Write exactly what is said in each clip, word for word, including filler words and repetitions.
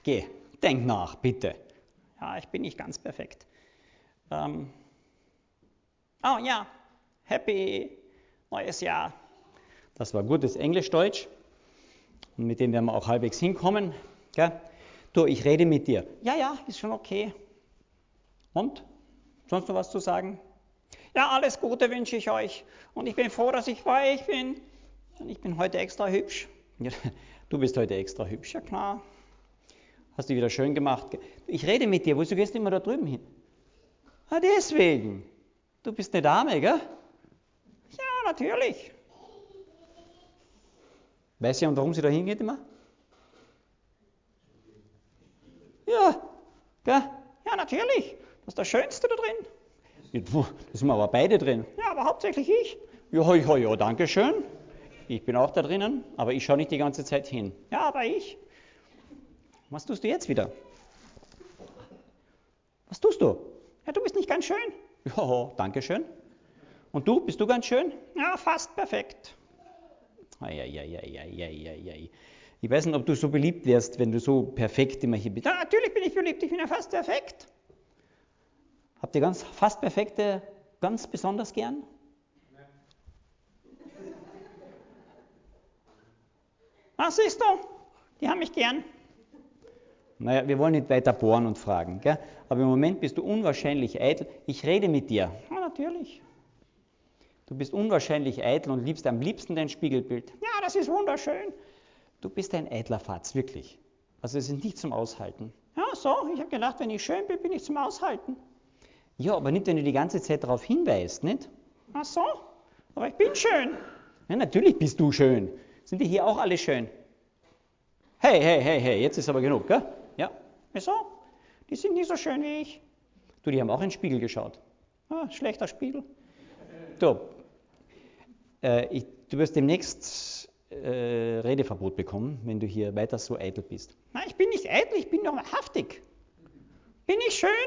Geh, denk nach, bitte. Ja, ich bin nicht ganz perfekt. Ähm, oh ja, Happy neues Jahr. Das war gutes Englisch-Deutsch. Und mit dem werden wir auch halbwegs hinkommen. Gell? Du, ich rede mit dir. Ja, ja, ist schon okay. Und? Sonst noch was zu sagen? Ja, alles Gute wünsche ich euch. Und ich bin froh, dass ich bei euch bin. Und ich bin heute extra hübsch. Ja, du bist heute extra hübsch, ja klar. Hast du wieder schön gemacht. Ich rede mit dir. Wieso gehst du immer da drüben hin? Ah, deswegen. Du bist eine Dame, gell? Ja, natürlich. Weißt du, warum sie da hingeht immer? Ja, gell? Ja, natürlich. Das ist das Schönste da drin. Ja, da sind wir aber beide drin. Ja, aber hauptsächlich ich. Ja, ja, ja, danke schön. Ich bin auch da drinnen, aber ich schaue nicht die ganze Zeit hin. Ja, aber ich. Was tust du jetzt wieder? Was tust du? Ja, du bist nicht ganz schön. Ja, danke schön. Und du, bist du ganz schön? Ja, fast perfekt. Eieieiei. Ich weiß nicht, ob du so beliebt wärst, wenn du so perfekt immer hier bist. Ja, natürlich bin ich beliebt, ich bin ja fast perfekt. Habt ihr ganz fast perfekte ganz besonders gern? Ach, siehst du, die haben mich gern. Naja, wir wollen nicht weiter bohren und fragen, gell? Aber im Moment bist du unwahrscheinlich eitel. Ich rede mit dir. Ja, natürlich. Du bist unwahrscheinlich eitel und liebst am liebsten dein Spiegelbild. Ja, das ist wunderschön. Du bist ein eitler Fatz, wirklich. Also es ist nicht zum Aushalten. Ja, so, ich habe gedacht, wenn ich schön bin, bin ich zum Aushalten. Ja, aber nicht, wenn du die ganze Zeit darauf hinweist, nicht? Ach so, aber ich bin schön. Ja, natürlich bist du schön. Sind die hier auch alle schön? Hey, hey, hey, hey, jetzt ist aber genug, gell? Ja, wieso? Die sind nicht so schön wie ich. Du, die haben auch in den Spiegel geschaut. Ah, schlechter Spiegel. Du, äh, ich, du wirst demnächst äh, Redeverbot bekommen, wenn du hier weiter so eitel bist. Nein, ich bin nicht eitel, ich bin doch wahrhaftig. Bin ich schön?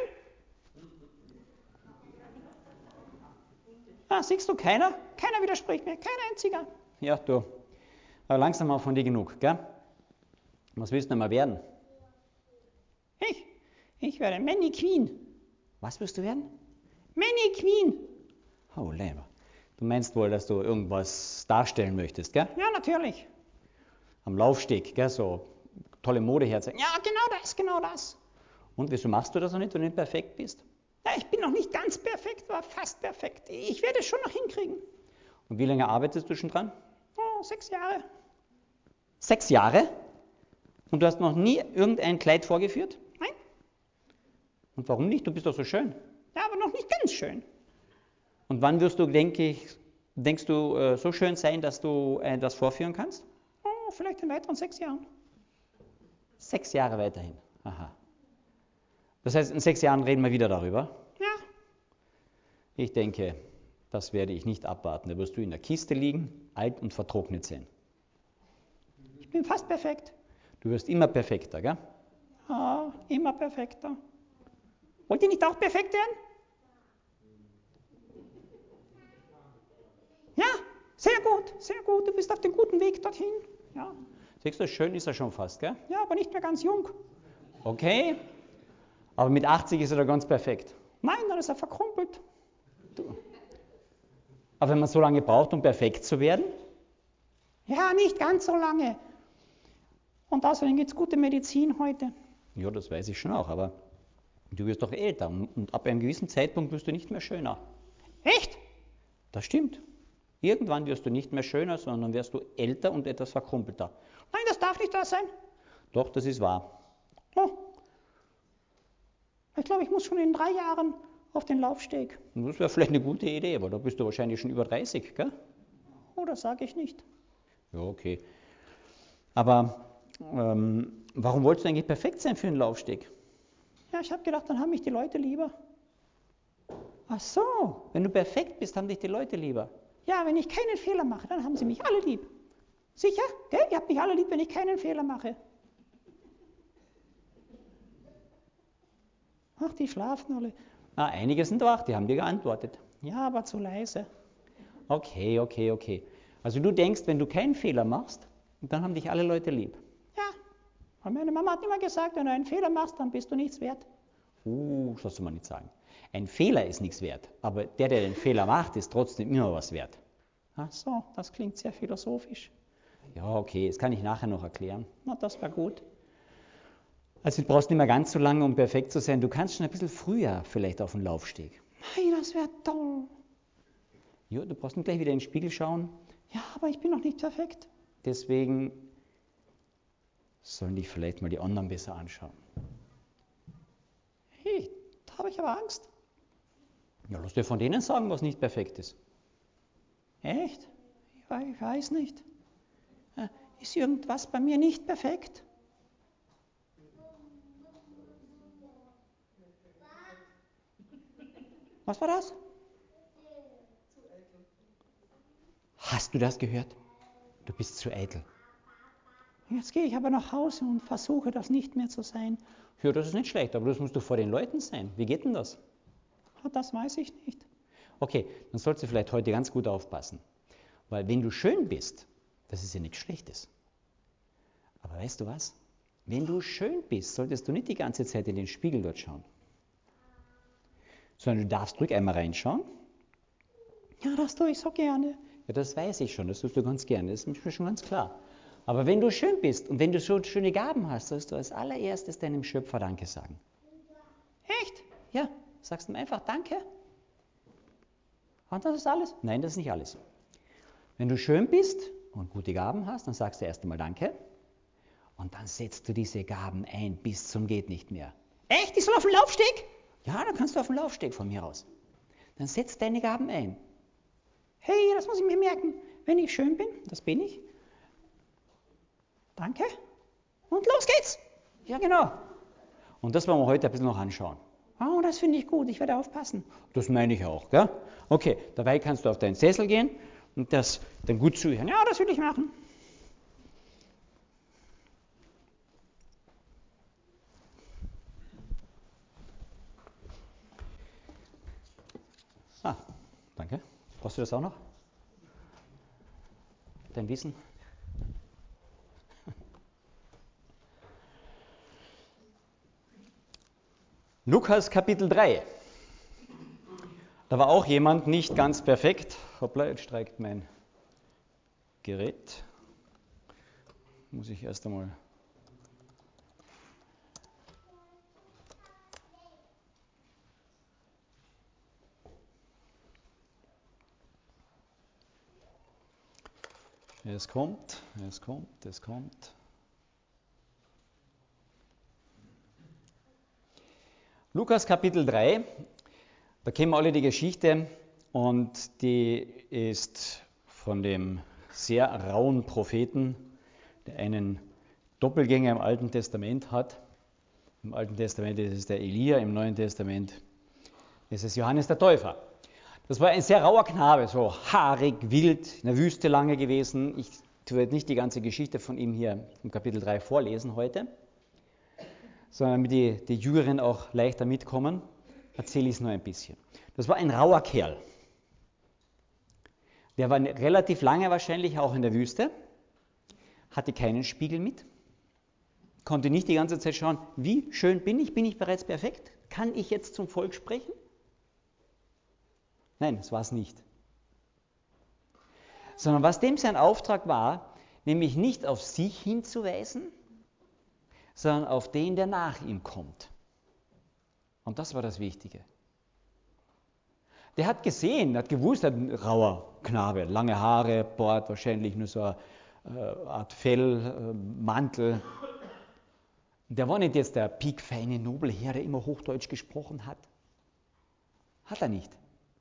Ah, siehst du, keiner? Keiner widerspricht mir, kein einziger. Ja, du, aber langsam mal von dir genug, gell? Was willst du denn mal werden? Ich? Ich werde Manny Queen. Was wirst du werden? Manny Queen. Oh, Leiber. Du meinst wohl, dass du irgendwas darstellen möchtest, gell? Ja, natürlich. Am Laufsteg, gell? So tolle Mode herzeigen. Ja, genau das, genau das. Und wieso machst du das noch nicht, wenn du nicht perfekt bist? Ja, ich bin noch nicht ganz perfekt, aber fast perfekt. Ich werde es schon noch hinkriegen. Und wie lange arbeitest du schon dran? Oh, sechs Jahre. Sechs Jahre? Und du hast noch nie irgendein Kleid vorgeführt? Nein. Und warum nicht? Du bist doch so schön. Ja, aber noch nicht ganz schön. Und wann wirst du, denke ich, denkst du, äh, so schön sein, dass du etwas vorführen kannst? Oh, vielleicht in weiteren sechs Jahren. Sechs Jahre weiterhin. Aha. Das heißt, in sechs Jahren reden wir wieder darüber? Ja. Ich denke, das werde ich nicht abwarten. Da wirst du in der Kiste liegen, alt und vertrocknet sein. Ich bin fast perfekt. Du wirst immer perfekter, gell? Ja, immer perfekter. Wollt ihr nicht auch perfekt werden? Ja, sehr gut, sehr gut. Du bist auf dem guten Weg dorthin. Ja. Siehst du, schön ist er schon fast, gell? Ja, aber nicht mehr ganz jung. Okay. Aber mit achtzig ist er da ganz perfekt. Nein, dann ist er verkrumpelt. Du. Aber wenn man so lange braucht, um perfekt zu werden? Ja, nicht ganz so lange. Und außerdem gibt es gute Medizin heute. Ja, das weiß ich schon auch, aber du wirst doch älter und ab einem gewissen Zeitpunkt wirst du nicht mehr schöner. Echt? Das stimmt. Irgendwann wirst du nicht mehr schöner, sondern wirst du älter und etwas verkrumpelter. Nein, das darf nicht wahr sein. Doch, das ist wahr. Oh. Ich glaube, ich muss schon in drei Jahren auf den Laufsteg. Das wäre vielleicht eine gute Idee, aber da bist du wahrscheinlich schon über dreißig, gell? Oh, das sage ich nicht. Ja, okay. Aber ähm, warum wolltest du eigentlich perfekt sein für den Laufsteg? Ja, ich habe gedacht, dann haben mich die Leute lieber. Ach so, wenn du perfekt bist, haben dich die Leute lieber. Ja, wenn ich keinen Fehler mache, dann haben sie mich alle lieb. Sicher? Gell? Ihr habt mich alle lieb, wenn ich keinen Fehler mache. Ach, die schlafen alle. Ah, einige sind wach, die haben dir geantwortet. Ja, aber zu leise. Okay, okay, okay. Also du denkst, wenn du keinen Fehler machst, dann haben dich alle Leute lieb. Ja. Und meine Mama hat immer gesagt, wenn du einen Fehler machst, dann bist du nichts wert. Uh, das sollst du mal nicht sagen. Ein Fehler ist nichts wert, aber der, der den Fehler macht, ist trotzdem immer was wert. Ach so, das klingt sehr philosophisch. Ja, okay, das kann ich nachher noch erklären. Na, das war gut. Also du brauchst nicht mehr ganz so lange, um perfekt zu sein. Du kannst schon ein bisschen früher vielleicht auf den Laufsteg. Hey, das wäre toll. Ja, du brauchst nicht gleich wieder in den Spiegel schauen. Ja, aber ich bin noch nicht perfekt. Deswegen sollen dich vielleicht mal die anderen besser anschauen. Hey, da habe ich aber Angst. Ja, lass dir von denen sagen, was nicht perfekt ist. Echt? Ich weiß nicht. Ist irgendwas bei mir nicht perfekt? Was war das? Hast du das gehört? Du bist zu eitel. Jetzt gehe ich aber nach Hause und versuche das nicht mehr zu sein. Ja, das ist nicht schlecht, aber das musst du vor den Leuten sein. Wie geht denn das? Das weiß ich nicht. Okay, dann sollst du vielleicht heute ganz gut aufpassen. Weil wenn du schön bist, das ist ja nichts Schlechtes. Aber weißt du was? Wenn du schön bist, solltest du nicht die ganze Zeit in den Spiegel dort schauen. Sondern du darfst ruhig einmal reinschauen. Ja, das tue ich so gerne. Ja, das weiß ich schon, das tust du ganz gerne, das ist mir schon ganz klar. Aber wenn du schön bist und wenn du so schöne Gaben hast, sollst du als allererstes deinem Schöpfer Danke sagen. Echt? Ja, sagst du ihm einfach Danke. Und das ist alles? Nein, das ist nicht alles. Wenn du schön bist und gute Gaben hast, dann sagst du erst einmal Danke. Und dann setzt du diese Gaben ein bis zum geht nicht mehr. Echt? Die soll auf den Laufsteg? Ja, dann kannst du auf den Laufsteg von mir aus. Dann setz deine Gaben ein. Hey, das muss ich mir merken. Wenn ich schön bin, das bin ich. Danke. Und los geht's. Ja, genau. Und das wollen wir heute ein bisschen noch anschauen. Oh, das finde ich gut, ich werde aufpassen. Das meine ich auch, gell? Okay, dabei kannst du auf deinen Sessel gehen und das dann gut zuhören. Ja, das will ich machen. Ah, danke. Brauchst du das auch noch? Dein Wissen? Lukas Kapitel drei. Da war auch jemand nicht ganz perfekt. Hoppla, jetzt streikt mein Gerät. Muss ich erst einmal. Es kommt, es kommt, es kommt. Lukas Kapitel drei, da kennen wir alle die Geschichte und die ist von dem sehr rauen Propheten, der einen Doppelgänger im Alten Testament hat. Im Alten Testament ist es der Elia, im Neuen Testament ist es Johannes der Täufer. Das war ein sehr rauer Knabe, so haarig, wild, in der Wüste lange gewesen. Ich werde nicht die ganze Geschichte von ihm hier im Kapitel drei vorlesen heute, sondern damit die, die Jüngeren auch leichter mitkommen, erzähle ich es nur ein bisschen. Das war ein rauer Kerl. Der war relativ lange wahrscheinlich auch in der Wüste, hatte keinen Spiegel mit, konnte nicht die ganze Zeit schauen, wie schön bin ich, bin ich bereits perfekt, kann ich jetzt zum Volk sprechen? Nein, das war es nicht. Sondern was dem sein Auftrag war, nämlich nicht auf sich hinzuweisen, sondern auf den, der nach ihm kommt. Und das war das Wichtige. Der hat gesehen, hat gewusst, ein rauer Knabe, lange Haare, Bart, wahrscheinlich nur so eine äh, Art Fell, äh, Mantel. Der war nicht jetzt der piekfeine Nobelherr, der immer Hochdeutsch gesprochen hat. Hat er nicht.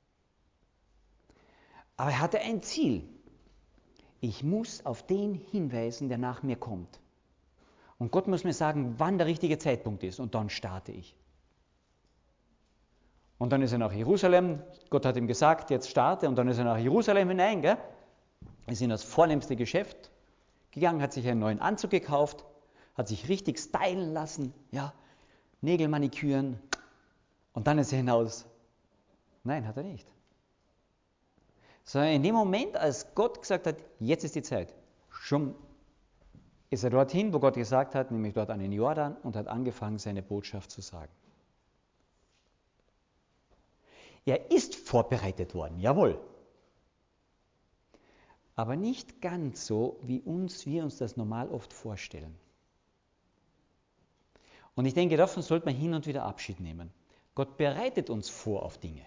Aber er hatte ein Ziel. Ich muss auf den hinweisen, der nach mir kommt. Und Gott muss mir sagen, wann der richtige Zeitpunkt ist. Und dann starte ich. Und dann ist er nach Jerusalem. Gott hat ihm gesagt, jetzt starte. Und dann ist er nach Jerusalem hinein. Gell? Ist in das vornehmste Geschäft gegangen, hat sich einen neuen Anzug gekauft, hat sich richtig stylen lassen. Ja, Nägel maniküren. Und dann ist er hinaus. Nein, hat er nicht. Sondern in dem Moment, als Gott gesagt hat, jetzt ist die Zeit, schon ist er dorthin, wo Gott gesagt hat, nämlich dort an den Jordan, und hat angefangen, seine Botschaft zu sagen. Er ist vorbereitet worden, jawohl. Aber nicht ganz so, wie uns, wir uns das normal oft vorstellen. Und ich denke, davon sollte man hin und wieder Abschied nehmen. Gott bereitet uns vor auf Dinge.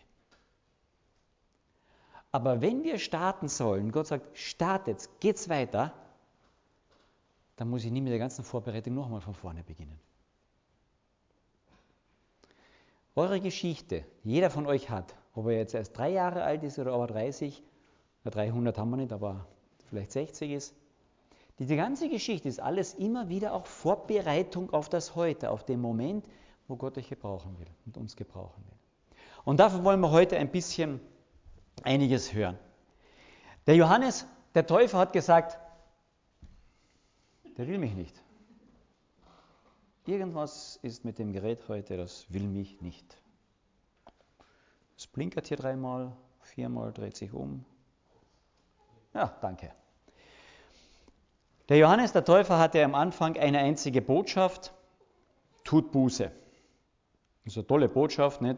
Aber wenn wir starten sollen, Gott sagt, startet, geht's weiter, dann muss ich nie mit der ganzen Vorbereitung nochmal von vorne beginnen. Eure Geschichte, die jeder von euch hat, ob er jetzt erst drei Jahre alt ist oder aber dreißig, dreihundert haben wir nicht, aber vielleicht sechzig ist, diese ganze Geschichte ist alles immer wieder auch Vorbereitung auf das Heute, auf den Moment, wo Gott euch gebrauchen will und uns gebrauchen will. Und davon wollen wir heute ein bisschen einiges hören. Der Johannes, der Täufer, hat gesagt, der will mich nicht. Irgendwas ist mit dem Gerät heute, das will mich nicht. Es blinkert hier dreimal, viermal, dreht sich um. Ja, danke. Der Johannes, der Täufer, hatte am Anfang eine einzige Botschaft, tut Buße. Das ist eine tolle Botschaft, nicht?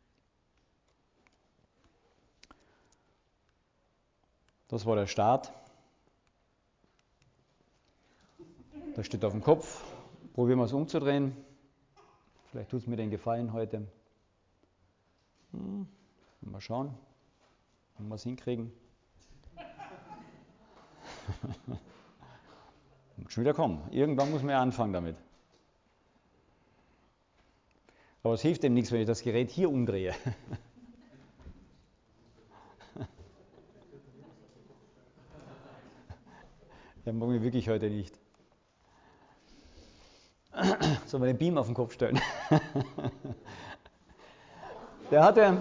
Das war der Start. Das steht auf dem Kopf. Probieren wir es umzudrehen. Vielleicht tut es mir den Gefallen heute. Hm, mal schauen, wenn wir es hinkriegen. Muss schon wieder kommen. Irgendwann muss man ja anfangen damit. Aber es hilft dem nichts, wenn ich das Gerät hier umdrehe. Der mag mich wirklich heute nicht. Sollen wir den Beam auf den Kopf stellen? Der hatte...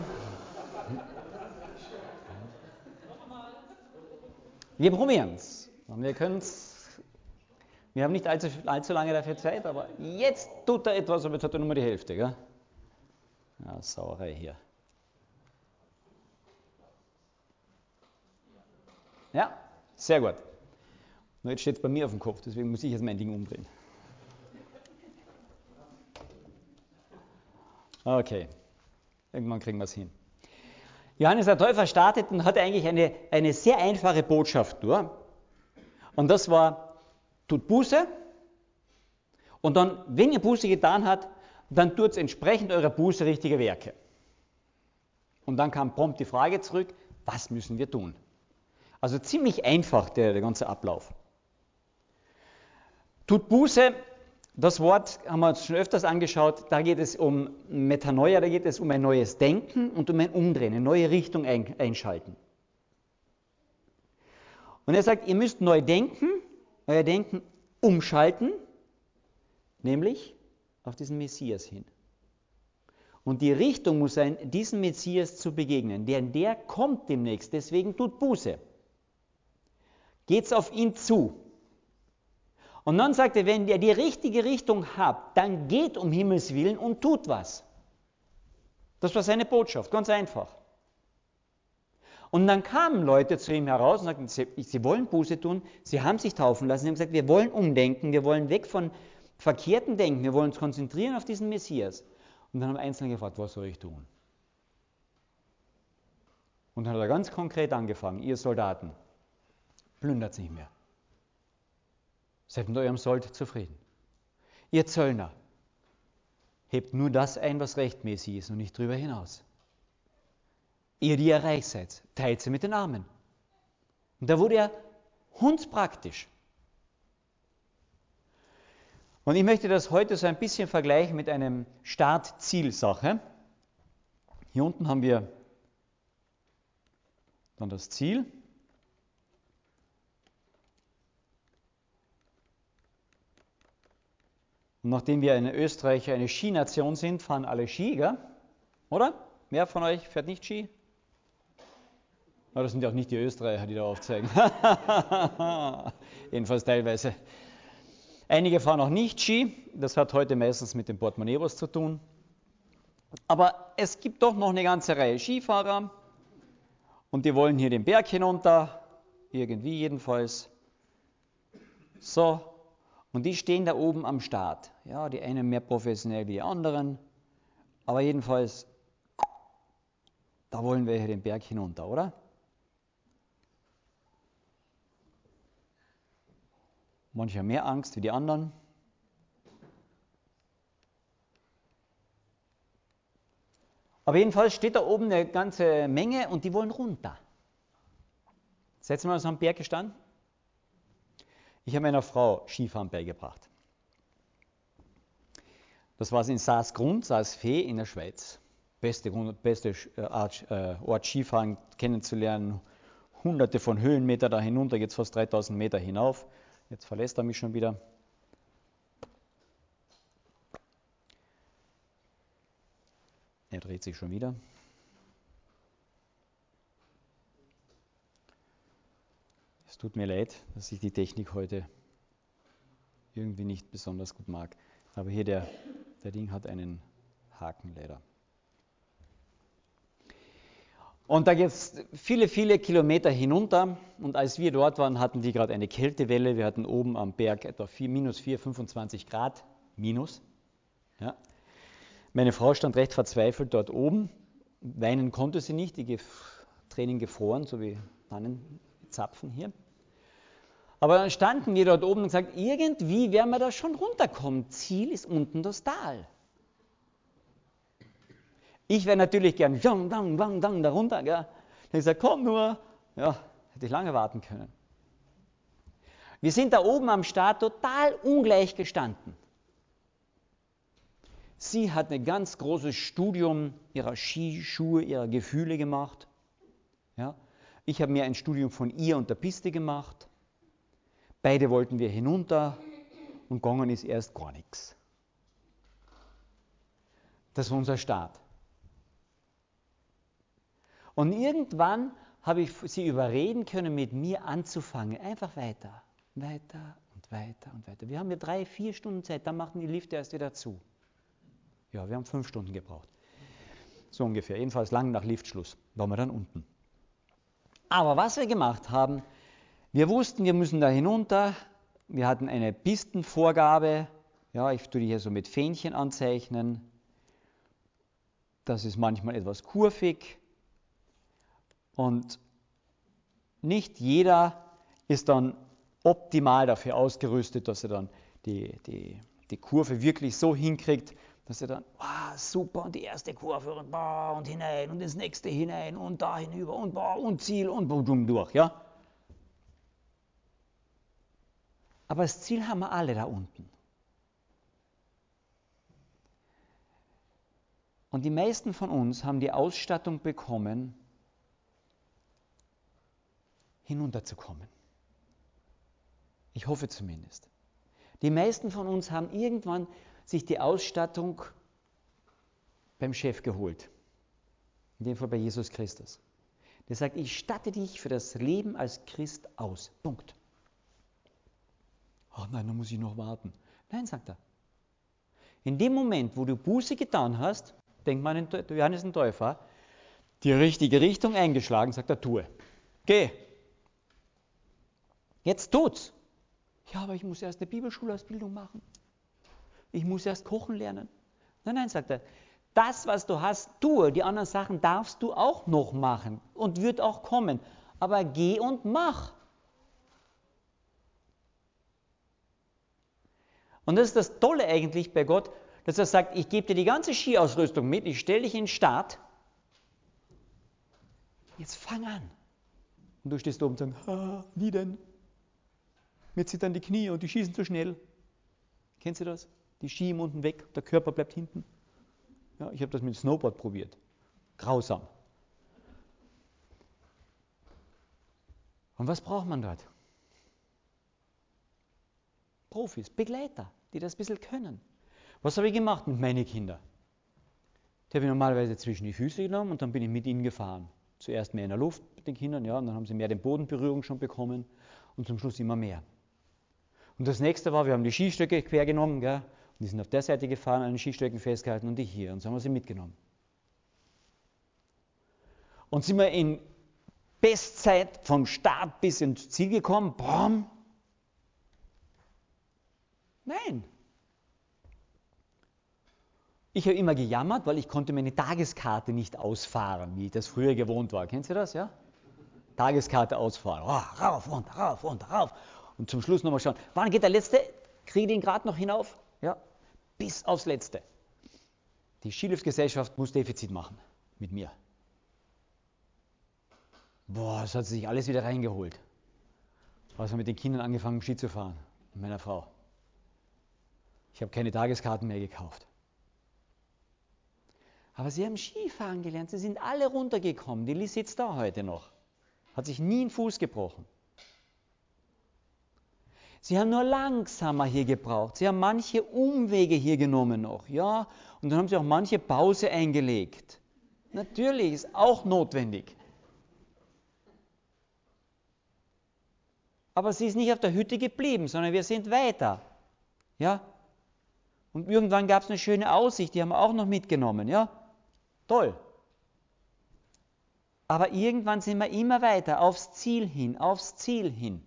Wir probieren es. Wir können es... Wir haben nicht allzu, allzu lange dafür Zeit, aber jetzt tut er etwas, aber jetzt hat er nur mal die Hälfte. Gell? Ja, Sauerei hier. Ja, sehr gut. Nur jetzt steht es bei mir auf dem Kopf, deswegen muss ich jetzt mein Ding umdrehen. Okay, irgendwann kriegen wir es hin. Johannes der Täufer startet und hatte eigentlich eine, eine sehr einfache Botschaft nur. Und das war, tut Buße. Und dann, wenn ihr Buße getan habt, dann tut entsprechend eurer Buße richtige Werke. Und dann kam prompt die Frage zurück, was müssen wir tun? Also ziemlich einfach der, der ganze Ablauf. Tut Buße, das Wort haben wir uns schon öfters angeschaut, da geht es um Metanoia, da geht es um ein neues Denken und um ein Umdrehen, eine neue Richtung ein, einschalten. Und er sagt, ihr müsst neu denken, euer Denken umschalten, nämlich auf diesen Messias hin. Und die Richtung muss sein, diesem Messias zu begegnen, denn der kommt demnächst, deswegen tut Buße. Geht's auf ihn zu. Und dann sagt er, wenn ihr die richtige Richtung habt, dann geht um Himmels Willen und tut was. Das war seine Botschaft, ganz einfach. Und dann kamen Leute zu ihm heraus und sagten, sie, sie wollen Buße tun, sie haben sich taufen lassen, sie haben gesagt, wir wollen umdenken, wir wollen weg von verkehrten Denken, wir wollen uns konzentrieren auf diesen Messias. Und dann haben Einzelne gefragt, was soll ich tun? Und dann hat er ganz konkret angefangen, ihr Soldaten, plündert nicht mehr. Seid mit eurem Sold zufrieden. Ihr Zöllner, hebt nur das ein, was rechtmäßig ist und nicht drüber hinaus. Ihr, die ihr reich seid, teilt sie mit den Armen. Und da wurde er hundspraktisch. Und ich möchte das heute so ein bisschen vergleichen mit einem Start-Ziel-Sache. Hier unten haben wir dann das Ziel. Und nachdem wir in Österreich eine Skination sind, fahren alle Ski, gell? Oder? Wer von euch fährt nicht Ski? Aber das sind ja auch nicht die Österreicher, die da aufzeigen. Jedenfalls teilweise. Einige fahren auch nicht Ski. Das hat heute meistens mit dem Portemonnaie was zu tun. Aber es gibt doch noch eine ganze Reihe Skifahrer. Und die wollen hier den Berg hinunter. Irgendwie jedenfalls. So. Und die stehen da oben am Start. Ja, die einen mehr professionell wie die anderen. Aber jedenfalls, da wollen wir hier den Berg hinunter, oder? Manche haben mehr Angst wie die anderen. Aber jedenfalls steht da oben eine ganze Menge und die wollen runter. Setzen wir uns am Berg gestanden? Ich habe meiner Frau Skifahren beigebracht. Das war in Saas-Grund, Saas-Fee in der Schweiz. Beste, beste Art, äh, Ort Skifahren kennenzulernen. Hunderte von Höhenmeter da hinunter, jetzt fast dreitausend Meter hinauf. Jetzt verlässt er mich schon wieder. Er dreht sich schon wieder. Es tut mir leid, dass ich die Technik heute irgendwie nicht besonders gut mag. Aber hier der, der Ding hat einen Haken leider. Und da geht es viele, viele Kilometer hinunter. Und als wir dort waren, hatten die gerade eine Kältewelle. Wir hatten oben am Berg etwa minus vier, fünfundzwanzig Grad. Minus. Ja. Meine Frau stand recht verzweifelt dort oben. Weinen konnte sie nicht, die Tränen gefroren, so wie Tannenzapfen hier. Aber dann standen wir dort oben und gesagt, irgendwie werden wir da schon runterkommen. Ziel ist unten das Tal. Ich wäre natürlich gern dang, dang, dang, dang, da runter. Gell? Dann habe ich gesagt, komm nur. Ja, hätte ich lange warten können. Wir sind da oben am Start total ungleich gestanden. Sie hat ein ganz großes Studium ihrer Skischuhe, ihrer Gefühle gemacht. Ja? Ich habe mir ein Studium von ihr und der Piste gemacht. Beide wollten wir hinunter und gegangen ist erst gar nichts. Das war unser Start. Und irgendwann habe ich sie überreden können, mit mir anzufangen. Einfach weiter, weiter und weiter und weiter. Wir haben ja drei, vier Stunden Zeit, dann machten die Lifte erst wieder zu. Ja, wir haben fünf Stunden gebraucht. So ungefähr. Jedenfalls lang nach Liftschluss waren wir dann unten. Aber was wir gemacht haben, wir wussten, wir müssen da hinunter. Wir hatten eine Pistenvorgabe. Ja, ich tue die hier so mit Fähnchen anzeichnen. Das ist manchmal etwas kurvig. Und nicht jeder ist dann optimal dafür ausgerüstet, dass er dann die, die, die Kurve wirklich so hinkriegt, dass er dann, wow, super, und die erste Kurve und, boah, und hinein und ins nächste hinein und da hinüber und, boah, und Ziel und boom, durch, ja. Aber das Ziel haben wir alle da unten. Und die meisten von uns haben die Ausstattung bekommen, hinunterzukommen. Ich hoffe zumindest. Die meisten von uns haben irgendwann sich die Ausstattung beim Chef geholt. In dem Fall bei Jesus Christus. Der sagt, ich statte dich für das Leben als Christ aus. Punkt. Ach nein, dann muss ich noch warten. Nein, sagt er. In dem Moment, wo du Buße getan hast, denkt man an Johannes den Täufer, die richtige Richtung eingeschlagen, sagt er, tue. Geh. Jetzt tut's. Ja, aber ich muss erst eine Bibelschulausbildung machen. Ich muss erst kochen lernen. Nein, nein, sagt er. Das, was du hast, tue. Die anderen Sachen darfst du auch noch machen und wird auch kommen. Aber geh und mach. Und das ist das Tolle eigentlich bei Gott, dass er sagt, ich gebe dir die ganze Skiausrüstung mit, ich stelle dich in den Start. Jetzt fang an. Und du stehst oben und sagst, ah, wie denn? Mir zittern die Knie und die schießen zu schnell. Kennst du das? Die schieben unten weg, der Körper bleibt hinten. Ja, ich habe das mit Snowboard probiert. Grausam. Und was braucht man dort? Profis, Begleiter, die das ein bisschen können. Was habe ich gemacht mit meinen Kindern? Die habe ich normalerweise zwischen die Füße genommen und dann bin ich mit ihnen gefahren. Zuerst mehr in der Luft mit den Kindern, ja, und dann haben sie mehr den Bodenberührung schon bekommen und zum Schluss immer mehr. Und das nächste war, wir haben die Skistöcke quer genommen, gell, und die sind auf der Seite gefahren, an den Skistöcken festgehalten und die hier, und so haben wir sie mitgenommen. Und sind wir in Bestzeit vom Start bis ins Ziel gekommen, bam, Nein. Ich habe immer gejammert, weil ich konnte meine Tageskarte nicht ausfahren, wie ich das früher gewohnt war. Kennt ihr das, ja? Tageskarte ausfahren. Oh, rauf, runter, rauf, runter, rauf. Und zum Schluss nochmal schauen. Wann geht der Letzte? Kriege ich den gerade noch hinauf? Ja, bis aufs Letzte. Die Skiliftsgesellschaft muss Defizit machen mit mir. Boah, das hat sich alles wieder reingeholt. Was wir mit den Kindern angefangen, Ski zu fahren. Mit meiner Frau. Ich habe keine Tageskarten mehr gekauft. Aber sie haben Skifahren gelernt. Sie sind alle runtergekommen. Die Liz sitzt da heute noch. Hat sich nie einen Fuß gebrochen. Sie haben nur langsamer hier gebraucht. Sie haben manche Umwege hier genommen noch. Ja? Und dann haben sie auch manche Pause eingelegt. Natürlich, ist auch notwendig. Aber sie ist nicht auf der Hütte geblieben, sondern wir sind weiter. Ja? Und irgendwann gab es eine schöne Aussicht, die haben wir auch noch mitgenommen. Ja? Toll. Aber irgendwann sind wir immer weiter, aufs Ziel hin, aufs Ziel hin.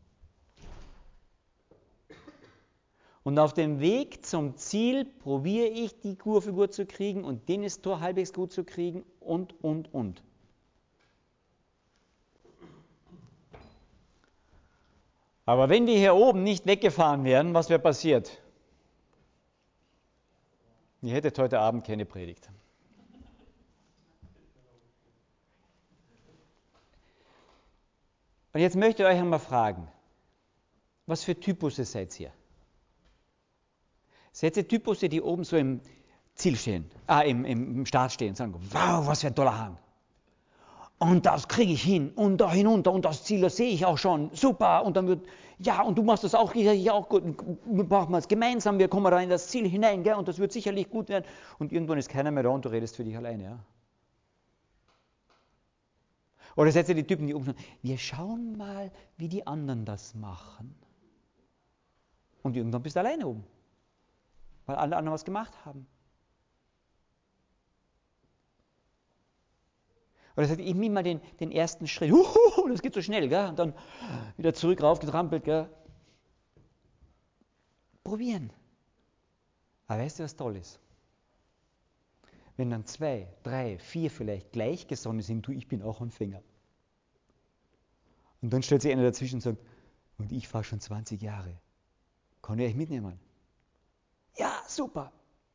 Und auf dem Weg zum Ziel probiere ich, die Kurve gut zu kriegen und den ist Tor halbwegs gut zu kriegen und, und, und. Aber wenn die hier oben nicht weggefahren wären, was wäre passiert? Ihr hättet heute Abend keine Predigt. Und jetzt möchte ich euch einmal fragen, was für Typusse seid ihr? Seid ihr Typusse, die oben so im Ziel stehen, ah, im, im Start stehen und sagen, wow, was für ein toller Hang. Und das kriege ich hin und da hinunter und das Ziel, das sehe ich auch schon, super. Und dann wird, ja, und du machst das auch, ich auch gut. Wir machen es gemeinsam, wir kommen da in das Ziel hinein, gell, und das wird sicherlich gut werden. Und irgendwann ist keiner mehr da und du redest für dich alleine. Ja? Oder seid ihr die Typen, die oben sagen, wir schauen mal, wie die anderen das machen. Und irgendwann bist du alleine oben, weil alle anderen was gemacht haben. Oder sagt, ich nehme mal den, den ersten Schritt. Huhu, das geht so schnell, gell? Und dann wieder zurück raufgetrampelt. Gell? Probieren. Aber weißt du, was toll ist? Wenn dann zwei, drei, vier vielleicht gleichgesonnen sind, du, ich bin auch Anfänger. Und dann stellt sich einer dazwischen und sagt, und ich fahre schon zwanzig Jahre. Kann ich euch mitnehmen? Ja, super.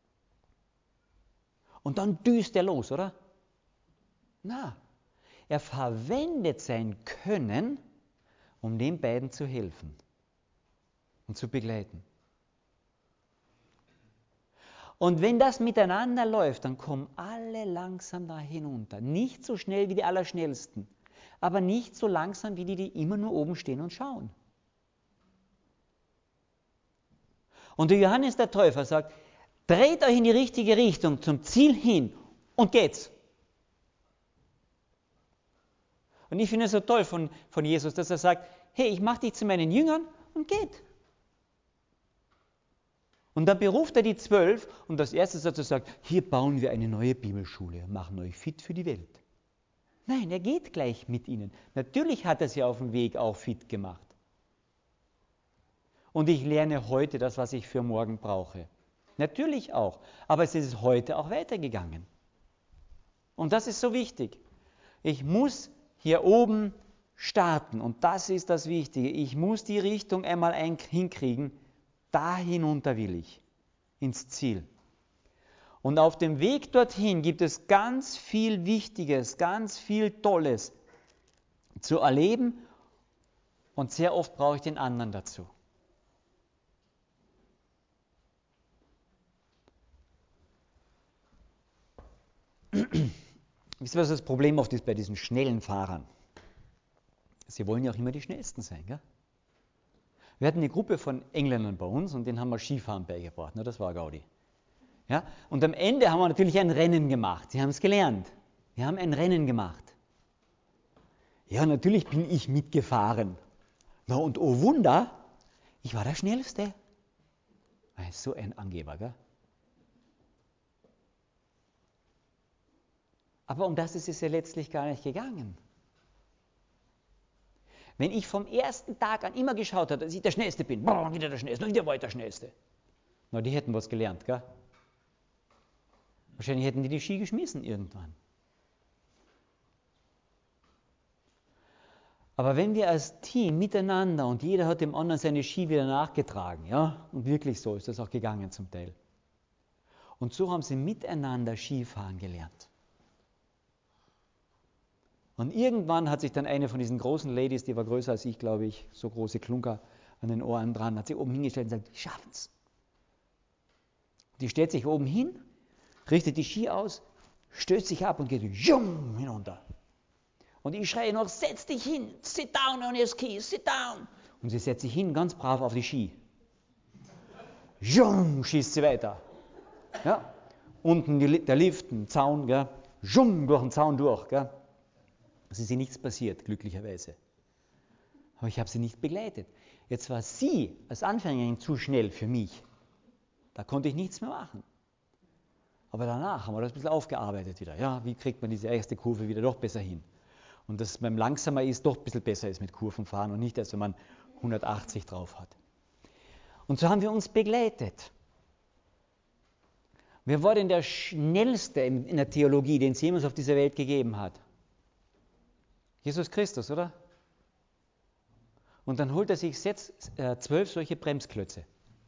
Und dann düst er los, oder? Na, er verwendet sein Können, um den beiden zu helfen und zu begleiten. Und wenn das miteinander läuft, dann kommen alle langsam da hinunter. Nicht so schnell wie die Allerschnellsten, aber nicht so langsam wie die, die immer nur oben stehen und schauen. Und der Johannes der Täufer sagt, dreht euch in die richtige Richtung, zum Ziel hin und geht's. Und ich finde es so toll von, von Jesus, dass er sagt, hey, ich mache dich zu meinen Jüngern und geht. Und dann beruft er die Zwölf und das Erste dazu sagt, hier bauen wir eine neue Bibelschule, machen euch fit für die Welt. Nein, er geht gleich mit ihnen. Natürlich hat er sie auf dem Weg auch fit gemacht. Und ich lerne heute das, was ich für morgen brauche. Natürlich auch, aber es ist heute auch weitergegangen. Und das ist so wichtig. Ich muss hier oben starten und das ist das Wichtige. Ich muss die Richtung einmal ein- hinkriegen. Da hinunter will ich, ins Ziel. Und auf dem Weg dorthin gibt es ganz viel Wichtiges, ganz viel Tolles zu erleben und sehr oft brauche ich den anderen dazu. Wisst ihr, was das Problem oft ist bei diesen schnellen Fahrern? Sie wollen ja auch immer die Schnellsten sein, gell? Wir hatten eine Gruppe von Engländern bei uns und denen haben wir Skifahren beigebracht. Ne? Das war Gaudi. Ja? Und am Ende haben wir natürlich ein Rennen gemacht. Sie haben es gelernt. Wir haben ein Rennen gemacht. Ja, natürlich bin ich mitgefahren. Na und oh Wunder, ich war der Schnellste. So ein Angeber, gell? Aber um das ist es ja letztlich gar nicht gegangen. Wenn ich vom ersten Tag an immer geschaut habe, dass ich der Schnellste bin, boah, wieder der Schnellste, wieder weiter der Schnellste. Na, die hätten was gelernt, gell? Wahrscheinlich hätten die die Ski geschmissen irgendwann. Aber wenn wir als Team miteinander und jeder hat dem anderen seine Ski wieder nachgetragen, ja, und wirklich so ist das auch gegangen zum Teil. Und so haben sie miteinander Skifahren gelernt. Und irgendwann hat sich dann eine von diesen großen Ladies, die war größer als ich, glaube ich, so große Klunker an den Ohren dran, hat sich oben hingestellt und gesagt, die schaffen es. Die stellt sich oben hin, richtet die Ski aus, stößt sich ab und geht jung hinunter. Und ich schreie noch, setz dich hin, sit down on your skis, sit down. Und sie setzt sich hin, ganz brav auf die Ski. Jung, schießt sie weiter. Ja? Unten die, der Lift, ein Zaun, gell? Jung, durch den Zaun durch. Gell? Es ist ihr nichts passiert, glücklicherweise. Aber ich habe sie nicht begleitet. Jetzt war sie als Anfängerin zu schnell für mich. Da konnte ich nichts mehr machen. Aber danach haben wir das ein bisschen aufgearbeitet wieder. Ja, wie kriegt man diese erste Kurve wieder doch besser hin? Und dass es beim Langsamer ist, doch ein bisschen besser ist mit Kurvenfahren und nicht, als wenn man hundertachtzig drauf hat. Und so haben wir uns begleitet. Wer war denn der Schnellste in der Theologie, den es jemals auf dieser Welt gegeben hat? Jesus Christus, oder? Und dann holt er sich sechs, äh, zwölf solche Bremsklötze.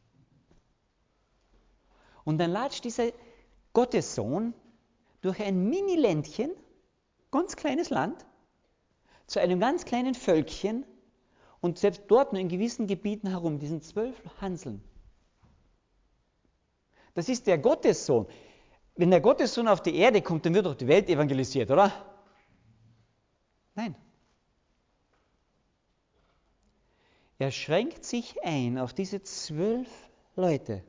Und dann latscht dieser Gottessohn durch ein Mini-Ländchen, ganz kleines Land, zu einem ganz kleinen Völkchen und selbst dort nur in gewissen Gebieten herum, diesen zwölf Hanseln. Das ist der Gottessohn. Wenn der Gottessohn auf die Erde kommt, dann wird doch die Welt evangelisiert, oder? Nein. Er schränkt sich ein auf diese zwölf Leute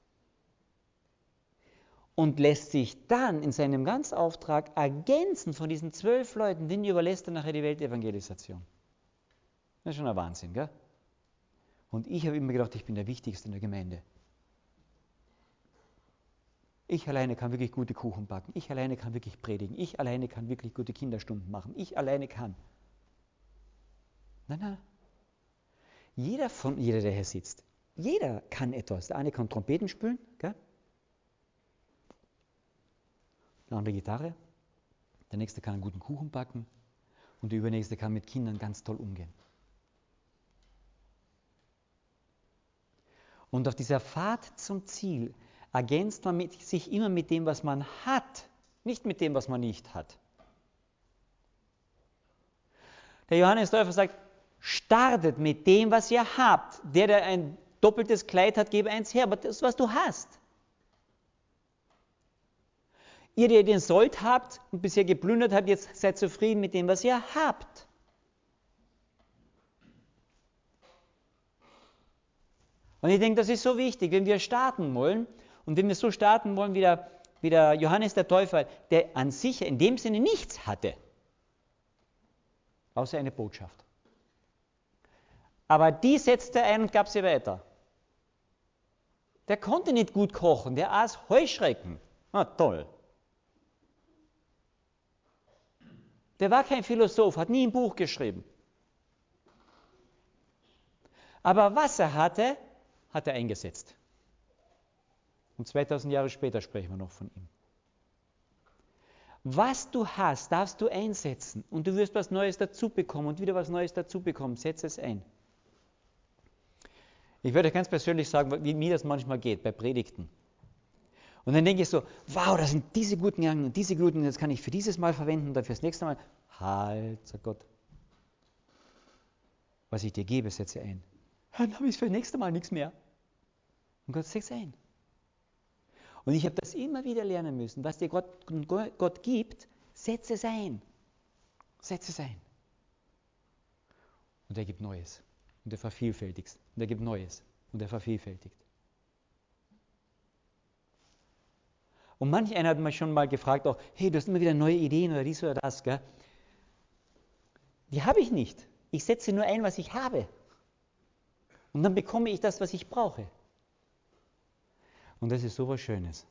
und lässt sich dann in seinem ganzen Auftrag ergänzen von diesen zwölf Leuten, denen überlässt er nachher die Weltevangelisation. Das ist schon ein Wahnsinn, gell? Und ich habe immer gedacht, ich bin der Wichtigste in der Gemeinde. Ich alleine kann wirklich gute Kuchen backen. Ich alleine kann wirklich predigen. Ich alleine kann wirklich gute Kinderstunden machen. Ich alleine kann. Nein, nein. Jeder von, jeder, der hier sitzt, jeder kann etwas. Der eine kann Trompeten spielen, gell? Der andere Gitarre. Der nächste kann einen guten Kuchen backen. Und der übernächste kann mit Kindern ganz toll umgehen. Und auf dieser Fahrt zum Ziel ergänzt man mit, sich immer mit dem, was man hat, nicht mit dem, was man nicht hat. Der Johannes Täufer sagt, startet mit dem, was ihr habt. Der, der ein doppeltes Kleid hat, gebe eins her, aber das, was du hast. Ihr, die ihr den Sold habt und bisher geplündert habt, jetzt seid zufrieden mit dem, was ihr habt. Und ich denke, das ist so wichtig, wenn wir starten wollen und wenn wir so starten wollen wie der, wie der Johannes der Täufer, der an sich in dem Sinne nichts hatte, außer eine Botschaft. Aber die setzte er ein und gab sie weiter. Der konnte nicht gut kochen, der aß Heuschrecken. Ah, toll. Der war kein Philosoph, hat nie ein Buch geschrieben. Aber was er hatte, hat er eingesetzt. Und zweitausend Jahre später sprechen wir noch von ihm. Was du hast, darfst du einsetzen. Und du wirst was Neues dazu bekommen und wieder was Neues dazu bekommen. Setz es ein. Ich werde euch ganz persönlich sagen, wie mir das manchmal geht bei Predigten. Und dann denke ich so, wow, da sind diese guten Gedanken und diese guten, das kann ich für dieses Mal verwenden und dann fürs nächste Mal. Halt, sagt Gott. Was ich dir gebe, setze ein. Dann habe ich für das nächste Mal nichts mehr. Und Gott setzt ein. Und ich habe das immer wieder lernen müssen. Was dir Gott, Gott gibt, setze es ein. Setze es ein. Und er gibt Neues. Und er vervielfältigt. Und er gibt Neues. Und er vervielfältigt. Und manch einer hat mich schon mal gefragt, auch, hey, du hast immer wieder neue Ideen oder dies oder das. Gell? Die habe ich nicht. Ich setze nur ein, was ich habe. Und dann bekomme ich das, was ich brauche. Und das ist so was Schönes.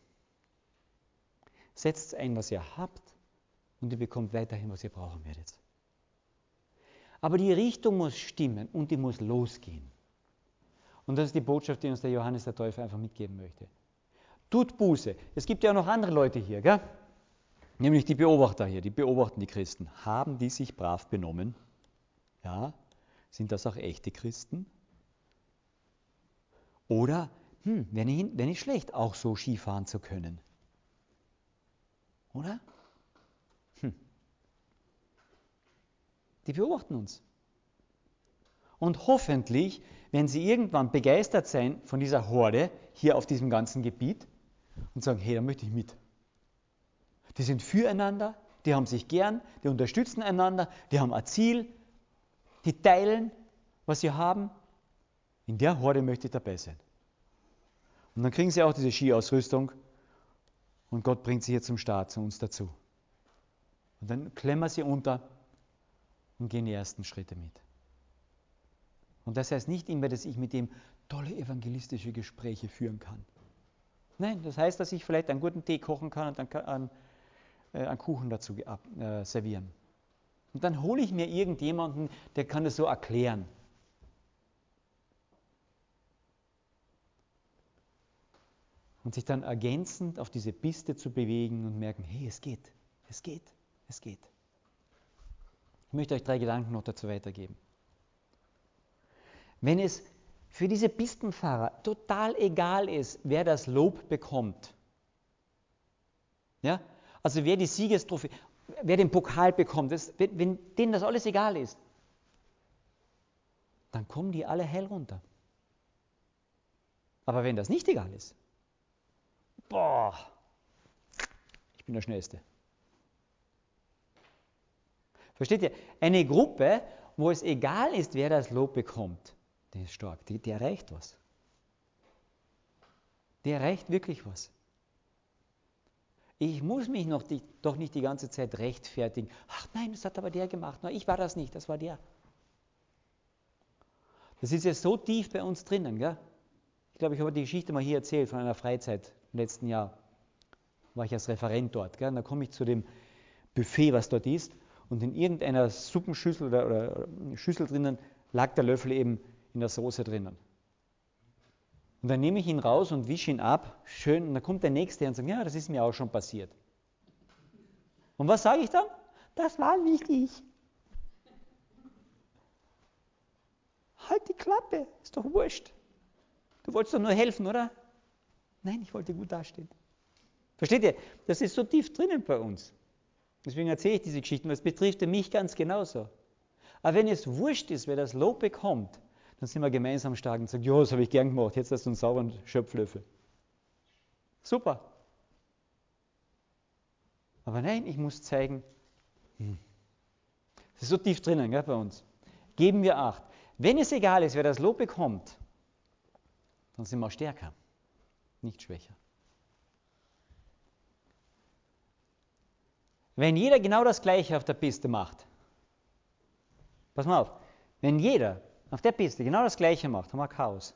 Setzt ein, was ihr habt, und ihr bekommt weiterhin, was ihr brauchen werdet. Aber die Richtung muss stimmen und die muss losgehen. Und das ist die Botschaft, die uns der Johannes der Täufer einfach mitgeben möchte. Tut Buße. Es gibt ja auch noch andere Leute hier, gell? Nämlich die Beobachter hier, die beobachten die Christen. Haben die sich brav benommen? Ja, sind das auch echte Christen? Oder, hm, wäre nicht, wär nicht schlecht, auch so Skifahren zu können. Oder? Hm. Die beobachten uns. Und hoffentlich, wenn sie irgendwann begeistert sein von dieser Horde hier auf diesem ganzen Gebiet und sagen, hey, da möchte ich mit. Die sind füreinander, die haben sich gern, die unterstützen einander, die haben ein Ziel, die teilen, was sie haben. In der Horde möchte ich dabei sein. Und dann kriegen sie auch diese Skiausrüstung und Gott bringt sie hier zum Start, zu uns dazu. Und dann klemmen wir sie unter und gehen die ersten Schritte mit. Und das heißt nicht immer, dass ich mit dem tolle evangelistische Gespräche führen kann. Nein, das heißt, dass ich vielleicht einen guten Tee kochen kann und dann einen, äh, einen Kuchen dazu äh, servieren. Und dann hole ich mir irgendjemanden, der kann das so erklären. Und sich dann ergänzend auf diese Piste zu bewegen und merken, hey, es geht, es geht, es geht. Ich möchte euch drei Gedanken noch dazu weitergeben. Wenn es für diese Pistenfahrer total egal ist, wer das Lob bekommt, ja, also wer die Siegestrophäe, wer den Pokal bekommt, das, wenn, wenn denen das alles egal ist, dann kommen die alle heil runter. Aber wenn das nicht egal ist, boah, ich bin der Schnellste. Versteht ihr? Eine Gruppe, wo es egal ist, wer das Lob bekommt, der ist stark, die, der erreicht was. Der erreicht wirklich was. Ich muss mich noch die, doch nicht die ganze Zeit rechtfertigen. Ach nein, das hat aber der gemacht. Na, ich war das nicht, das war der. Das ist ja so tief bei uns drinnen. Gell? Ich glaube, ich habe die Geschichte mal hier erzählt von einer Freizeit im letzten Jahr. War ich als Referent dort. Gell? Und da komme ich zu dem Buffet, was dort ist. Und in irgendeiner Suppenschüssel oder, oder Schüssel drinnen lag der Löffel eben in der Soße drinnen. Und dann nehme ich ihn raus und wische ihn ab, schön, und dann kommt der Nächste und sagt, ja, das ist mir auch schon passiert. Und was sage ich dann? Das war nicht ich. Halt die Klappe, ist doch wurscht. Du wolltest doch nur helfen, oder? Nein, ich wollte gut dastehen. Versteht ihr? Das ist so tief drinnen bei uns. Deswegen erzähle ich diese Geschichten, weil es betrifft mich ganz genauso. Aber wenn es wurscht ist, wer das Lob bekommt, dann sind wir gemeinsam stark und sagen, ja, das habe ich gern gemacht, jetzt hast du einen sauberen Schöpflöffel. Super. Aber nein, ich muss zeigen, hm, das ist so tief drinnen, gell, bei uns. Geben wir Acht. Wenn es egal ist, wer das Lob bekommt, dann sind wir stärker, nicht schwächer. Wenn jeder genau das Gleiche auf der Piste macht, pass mal auf, wenn jeder auf der Piste genau das Gleiche macht, haben wir Chaos.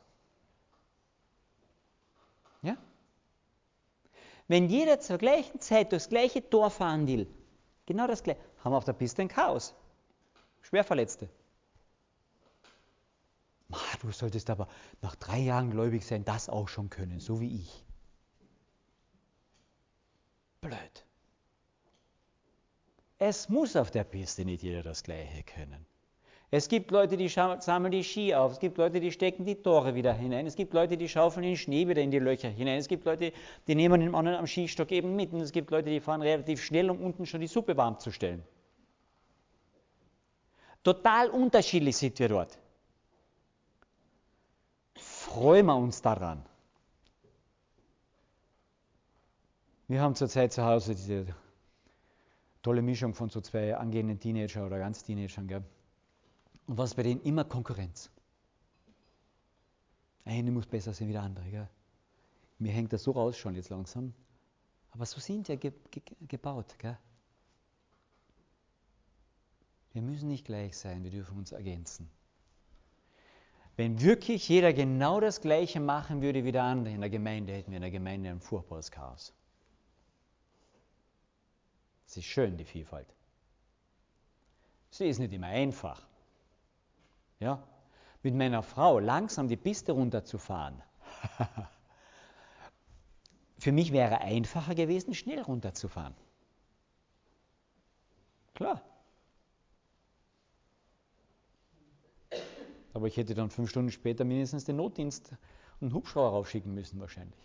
Ja? Wenn jeder zur gleichen Zeit durchs gleiche Tor fahren will, genau das Gleiche, haben wir auf der Piste ein Chaos. Schwerverletzte. Du solltest aber nach drei Jahren gläubig sein, das auch schon können, so wie ich. Blöd. Es muss auf der Piste nicht jeder das Gleiche können. Es gibt Leute, die sammeln die Ski auf, es gibt Leute, die stecken die Tore wieder hinein, es gibt Leute, die schaufeln den Schnee wieder in die Löcher hinein, es gibt Leute, die nehmen den anderen am Skistock eben mit und es gibt Leute, die fahren relativ schnell, um unten schon die Suppe warm zu stellen. Total unterschiedlich sind wir dort. Freuen wir uns daran. Wir haben zurzeit zu Hause diese tolle Mischung von so zwei angehenden Teenager oder ganz Teenagern, gell? Und was ist bei denen? Immer Konkurrenz. Eine muss besser sein wie der andere. Gell? Mir hängt das so raus schon jetzt langsam. Aber so sind wir ge ge gebaut. Gell? Wir müssen nicht gleich sein, wir dürfen uns ergänzen. Wenn wirklich jeder genau das Gleiche machen würde wie der andere in der Gemeinde, hätten wir in der Gemeinde ein furchtbares Chaos. Es ist schön, die Vielfalt. Sie ist nicht immer einfach. Ja? Mit meiner Frau langsam die Piste runterzufahren. Für mich wäre einfacher gewesen, schnell runterzufahren. Klar. Aber ich hätte dann fünf Stunden später mindestens den Notdienst und einen Hubschrauber raufschicken müssen wahrscheinlich.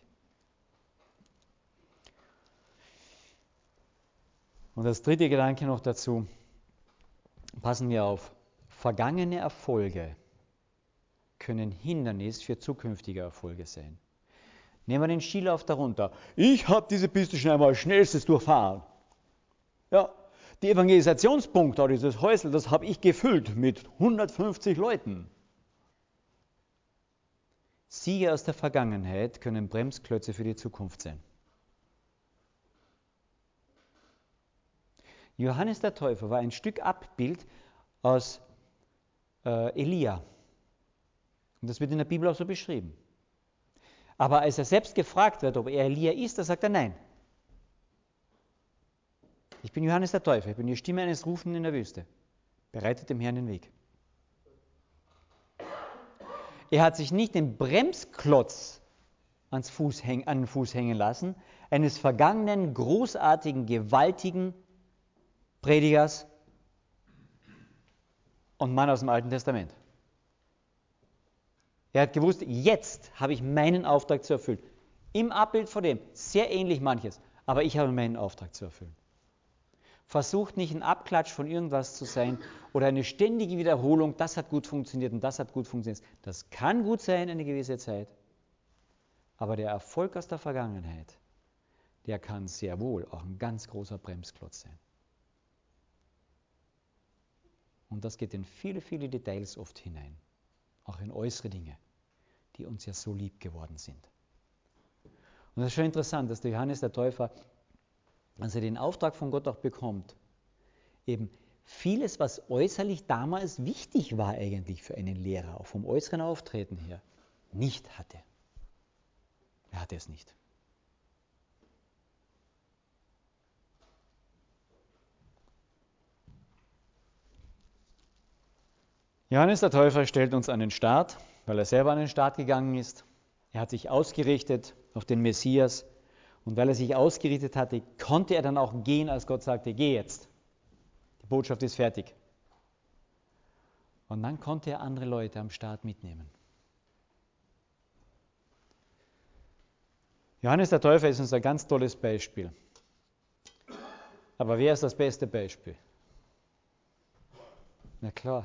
Und das dritte Gedanke noch dazu, passen wir auf, vergangene Erfolge können Hindernis für zukünftige Erfolge sein. Nehmen wir den Skilauf darunter. Ich habe diese Piste schon einmal als schnellstes durchfahren. Ja, die Evangelisationspunkte, dieses Häusl, das habe ich gefüllt mit hundertfünfzig Leuten. Siege aus der Vergangenheit können Bremsklötze für die Zukunft sein. Johannes der Täufer war ein Stück Abbild aus äh, Elia. Und das wird in der Bibel auch so beschrieben. Aber als er selbst gefragt wird, ob er Elia ist, da sagt er nein. Ich bin Johannes der Täufer, ich bin die Stimme eines Rufenden in der Wüste. Bereitet dem Herrn den Weg. Er hat sich nicht den Bremsklotz ans Fuß häng, an den Fuß hängen lassen, eines vergangenen, großartigen, gewaltigen Predigers und Mann aus dem Alten Testament. Er hat gewusst, jetzt habe ich meinen Auftrag zu erfüllen. Im Abbild von dem, sehr ähnlich manches, aber ich habe meinen Auftrag zu erfüllen. Versucht nicht ein Abklatsch von irgendwas zu sein oder eine ständige Wiederholung, das hat gut funktioniert und das hat gut funktioniert. Das kann gut sein eine gewisse Zeit, aber der Erfolg aus der Vergangenheit, der kann sehr wohl auch ein ganz großer Bremsklotz sein. Und das geht in viele, viele Details oft hinein, auch in äußere Dinge, die uns ja so lieb geworden sind. Und das ist schon interessant, dass der Johannes der Täufer, als er den Auftrag von Gott auch bekommt, eben vieles, was äußerlich damals wichtig war eigentlich für einen Lehrer, auch vom äußeren Auftreten her, nicht hatte. Er hatte es nicht. Johannes der Täufer stellt uns an den Start, weil er selber an den Start gegangen ist. Er hat sich ausgerichtet auf den Messias und weil er sich ausgerichtet hatte, konnte er dann auch gehen, als Gott sagte, geh jetzt. Die Botschaft ist fertig. Und dann konnte er andere Leute am Start mitnehmen. Johannes der Täufer ist uns ein ganz tolles Beispiel. Aber wer ist das beste Beispiel? Na klar.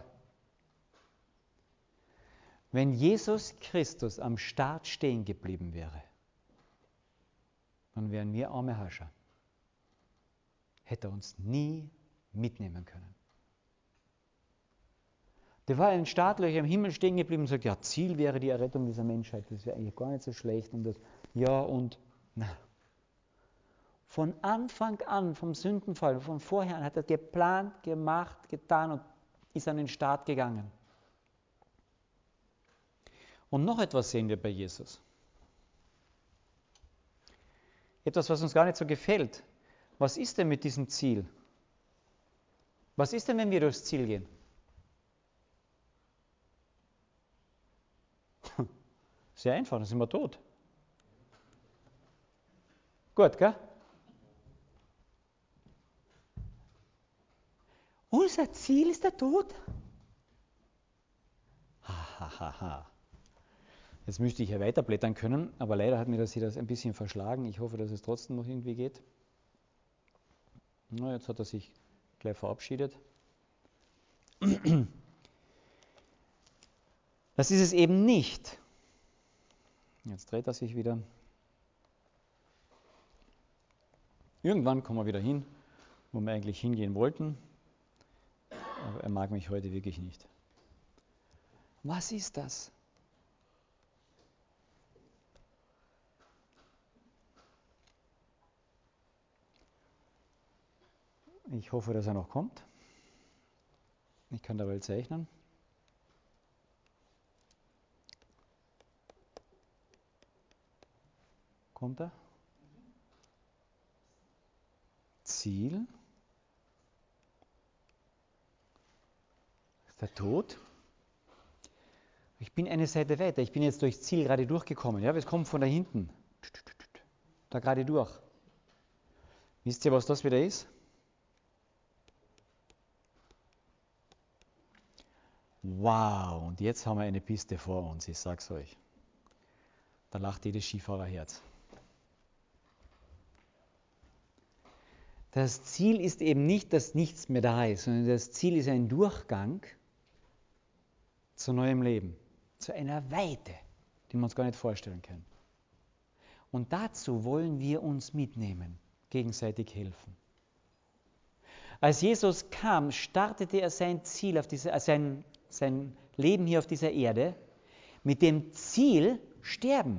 Wenn Jesus Christus am Start stehen geblieben wäre, dann wären wir arme Hascher. Hätte er uns nie mitnehmen können. Der war in den Startlöchern im Himmel stehen geblieben und sagt, ja, Ziel wäre die Errettung dieser Menschheit. Das wäre eigentlich gar nicht so schlecht. Und das, ja und na. Von Anfang an, vom Sündenfall, von vorher an, hat er geplant, gemacht, getan und ist an den Start gegangen. Und noch etwas sehen wir bei Jesus. Etwas, was uns gar nicht so gefällt. Was ist denn mit diesem Ziel? Was ist denn, wenn wir durchs Ziel gehen? Sehr einfach, dann sind wir tot. Gut, gell? Unser Ziel ist der Tod. Ha, ha, ha, ha. Jetzt müsste ich ja weiterblättern können, aber leider hat mir das hier das ein bisschen verschlagen. Ich hoffe, dass es trotzdem noch irgendwie geht. Na, jetzt hat er sich gleich verabschiedet. Das ist es eben nicht. Jetzt dreht er sich wieder. Irgendwann kommen wir wieder hin, wo wir eigentlich hingehen wollten. Aber er mag mich heute wirklich nicht. Was ist das? Ich hoffe, dass er noch kommt. Ich kann dabei zeichnen. Kommt er? Ziel ist der Tod. Ich bin eine Seite weiter. Ich bin jetzt durchs Ziel gerade durchgekommen. Ja, wir kommen von da hinten. Da gerade durch. Wisst ihr, was das wieder ist? Wow, und jetzt haben wir eine Piste vor uns, ich sag's euch. Da lacht jedes Skifahrerherz. Das Ziel ist eben nicht, dass nichts mehr da ist, sondern das Ziel ist ein Durchgang zu neuem Leben, zu einer Weite, die wir uns gar nicht vorstellen können. Und dazu wollen wir uns mitnehmen, gegenseitig helfen. Als Jesus kam, startete er sein Ziel auf diese, sein, sein Leben hier auf dieser Erde mit dem Ziel Sterben.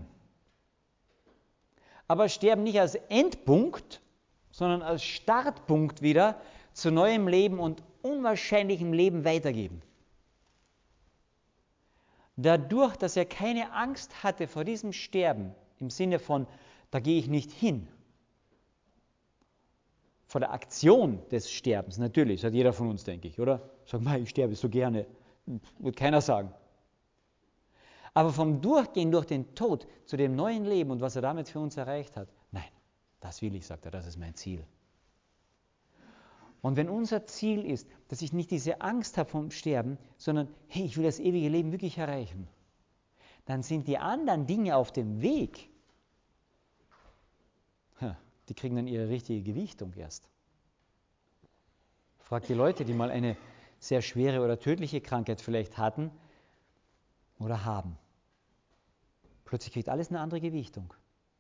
Aber Sterben nicht als Endpunkt, sondern als Startpunkt wieder zu neuem Leben und unwahrscheinlichem Leben weitergeben. Dadurch, dass er keine Angst hatte vor diesem Sterben, im Sinne von, da gehe ich nicht hin, vor der Aktion des Sterbens, natürlich, das hat jeder von uns, denke ich, oder? Sag mal, ich sterbe so gerne, wird keiner sagen. Aber vom Durchgehen durch den Tod zu dem neuen Leben und was er damit für uns erreicht hat, nein, das will ich, sagt er, das ist mein Ziel. Und wenn unser Ziel ist, dass ich nicht diese Angst habe vom Sterben, sondern, hey, ich will das ewige Leben wirklich erreichen, dann sind die anderen Dinge auf dem Weg, die kriegen dann ihre richtige Gewichtung erst. Fragt die Leute, die mal eine sehr schwere oder tödliche Krankheit vielleicht hatten oder haben. Plötzlich kriegt alles eine andere Gewichtung.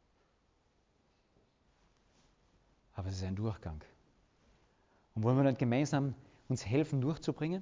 Aber es ist ein Durchgang. Und wollen wir dann gemeinsam uns helfen, durchzubringen?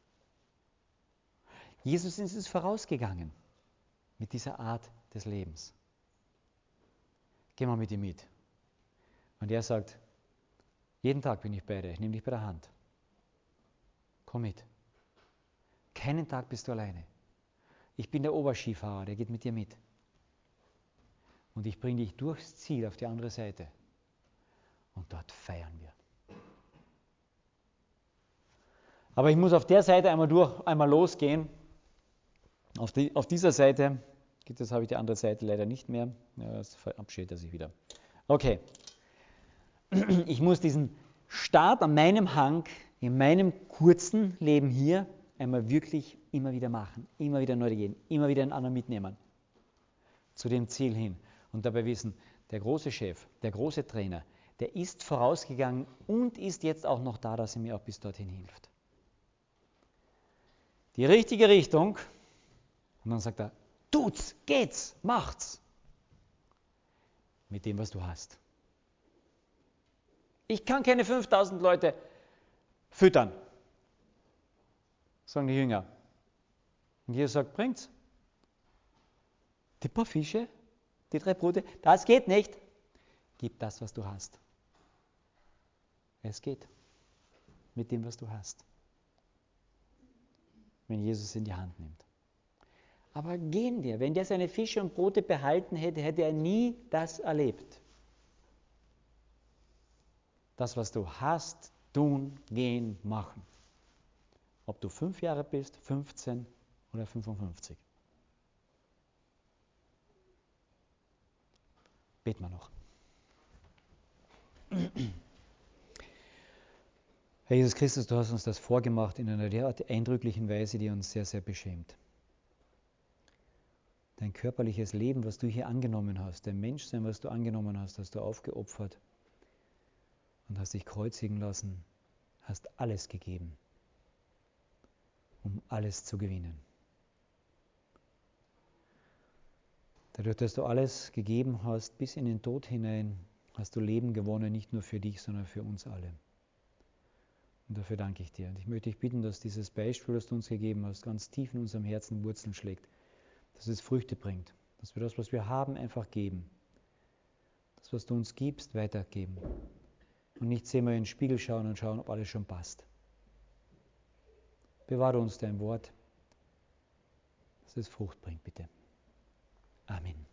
Jesus ist es vorausgegangen mit dieser Art des Lebens. Geh mal mit ihm mit. Und er sagt, jeden Tag bin ich bei dir, ich nehme dich bei der Hand. Komm mit. Keinen Tag bist du alleine. Ich bin der Oberskifahrer, der geht mit dir mit. Und ich bringe dich durchs Ziel auf die andere Seite. Und dort feiern wir. Aber ich muss auf der Seite einmal durch, einmal losgehen. Auf, die, auf dieser Seite, jetzt habe ich die andere Seite leider nicht mehr. Ja, das verabschiedet er sich wieder. Okay. Ich muss diesen Start an meinem Hang, in meinem kurzen Leben hier, einmal wirklich immer wieder machen. Immer wieder neu gehen. Immer wieder einen anderen mitnehmen. Zu dem Ziel hin. Und dabei wissen, der große Chef, der große Trainer, der ist vorausgegangen und ist jetzt auch noch da, dass er mir auch bis dorthin hilft. Die richtige Richtung. Und dann sagt er, tut's, geht's, macht's. Mit dem, was du hast. Ich kann keine fünftausend Leute füttern, sagen die Jünger. Und Jesus sagt, bringt's. Die paar Fische, die drei Brote, das geht nicht. Gib das, was du hast. Es geht. Mit dem, was du hast. Wenn Jesus in die Hand nimmt. Aber gehen wir, wenn der seine Fische und Brote behalten hätte, hätte er nie das erlebt. Das, was du hast, tun, gehen, machen. Ob du fünf Jahre bist, fünfzehn oder fünfundfünfzig. Beten wir noch. Herr Jesus Christus, du hast uns das vorgemacht in einer derart eindrücklichen Weise, die uns sehr, sehr beschämt. Dein körperliches Leben, was du hier angenommen hast, dein Menschsein, was du angenommen hast, hast du aufgeopfert und hast dich kreuzigen lassen, hast alles gegeben, um alles zu gewinnen. Dadurch, dass du alles gegeben hast, bis in den Tod hinein, hast du Leben gewonnen, nicht nur für dich, sondern für uns alle. Und dafür danke ich dir. Und ich möchte dich bitten, dass dieses Beispiel, das du uns gegeben hast, ganz tief in unserem Herzen Wurzeln schlägt, dass es Früchte bringt, dass wir das, was wir haben, einfach geben. Das, was du uns gibst, weitergeben. Und nicht zehnmal in den Spiegel schauen und schauen, ob alles schon passt. Bewahre uns dein Wort, dass es Frucht bringt, bitte. Amen.